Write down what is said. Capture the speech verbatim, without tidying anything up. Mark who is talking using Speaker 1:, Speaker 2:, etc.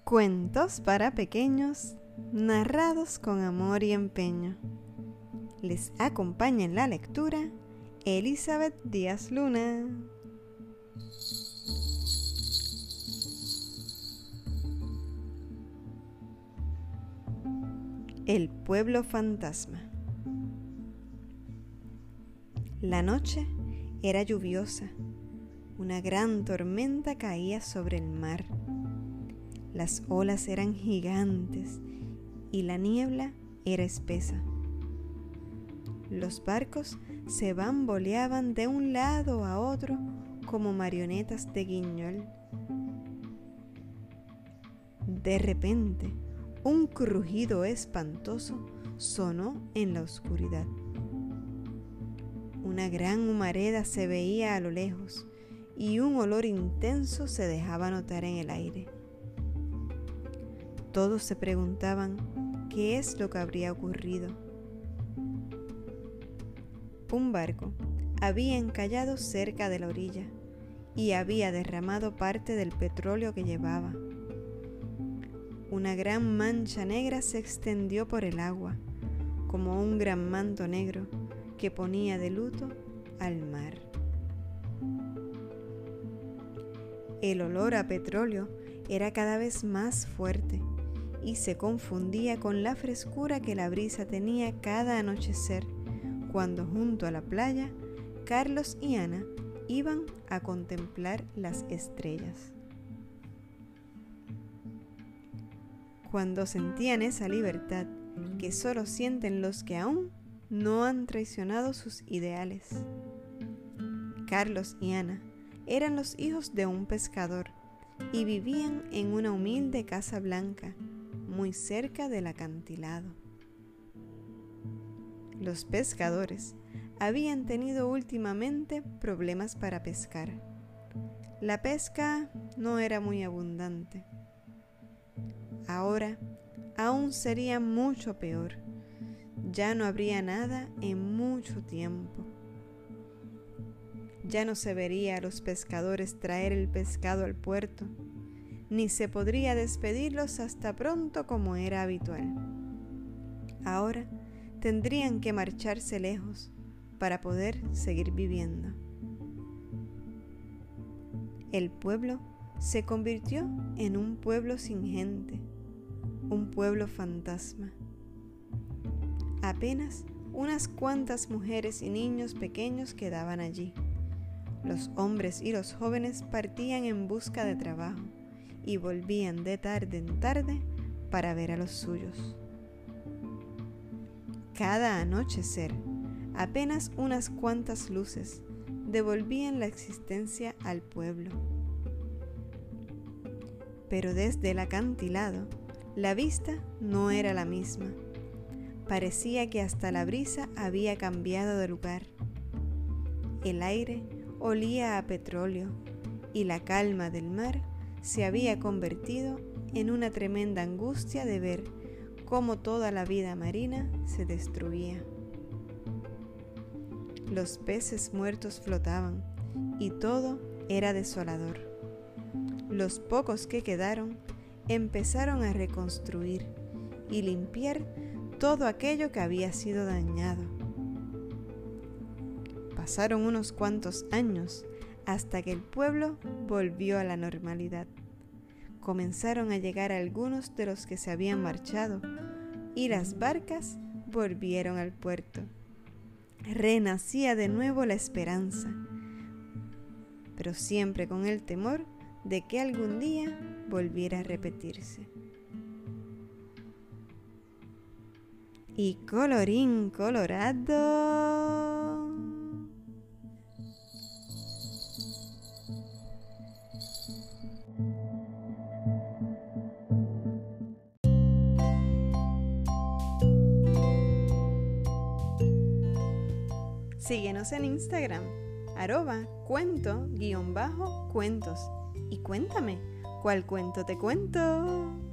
Speaker 1: Cuentos para pequeños, narrados con amor y empeño. Les acompaña en la lectura Elizabeth Díaz Luna. El pueblo fantasma. La noche era lluviosa. Una gran tormenta caía sobre el mar. Las olas eran gigantes y la niebla era espesa. Los barcos se bamboleaban de un lado a otro como marionetas de guiñol. De repente, un crujido espantoso sonó en la oscuridad. Una gran humareda se veía a lo lejos y un olor intenso se dejaba notar en el aire. Todos se preguntaban qué es lo que habría ocurrido. Un barco había encallado cerca de la orilla y había derramado parte del petróleo que llevaba. Una gran mancha negra se extendió por el agua, como un gran manto negro que ponía de luto al mar. El olor a petróleo era cada vez más fuerte y se confundía con la frescura que la brisa tenía cada anochecer, cuando junto a la playa, Carlos y Ana iban a contemplar las estrellas. Cuando sentían esa libertad que solo sienten los que aún no han traicionado sus ideales. Carlos y Ana eran los hijos de un pescador y vivían en una humilde casa blanca, muy cerca del acantilado. Los pescadores habían tenido últimamente problemas para pescar. La pesca no era muy abundante. Ahora aún sería mucho peor. Ya no habría nada en mucho tiempo. Ya no se vería a los pescadores traer el pescado al puerto, ni se podría despedirlos hasta pronto como era habitual. Ahora tendrían que marcharse lejos para poder seguir viviendo. El pueblo se convirtió en un pueblo sin gente, un pueblo fantasma. Apenas unas cuantas mujeres y niños pequeños quedaban allí. Los hombres y los jóvenes partían en busca de trabajo y volvían de tarde en tarde para ver a los suyos. Cada anochecer, apenas unas cuantas luces devolvían la existencia al pueblo. Pero desde el acantilado, la vista no era la misma. Parecía que hasta la brisa había cambiado de lugar. El aire olía a petróleo y la calma del mar se había convertido en una tremenda angustia de ver cómo toda la vida marina se destruía. Los peces muertos flotaban y todo era desolador. Los pocos que quedaron empezaron a reconstruir y limpiar todo aquello que había sido dañado. Pasaron unos cuantos años hasta que el pueblo volvió a la normalidad. Comenzaron a llegar algunos de los que se habían marchado y las barcas volvieron al puerto. Renacía de nuevo la esperanza, pero siempre con el temor de que algún día volviera a repetirse. Y colorín colorado. Síguenos en Instagram, arroba cuento guión bajo cuentos. Y cuéntame, ¿cuál cuento te cuento?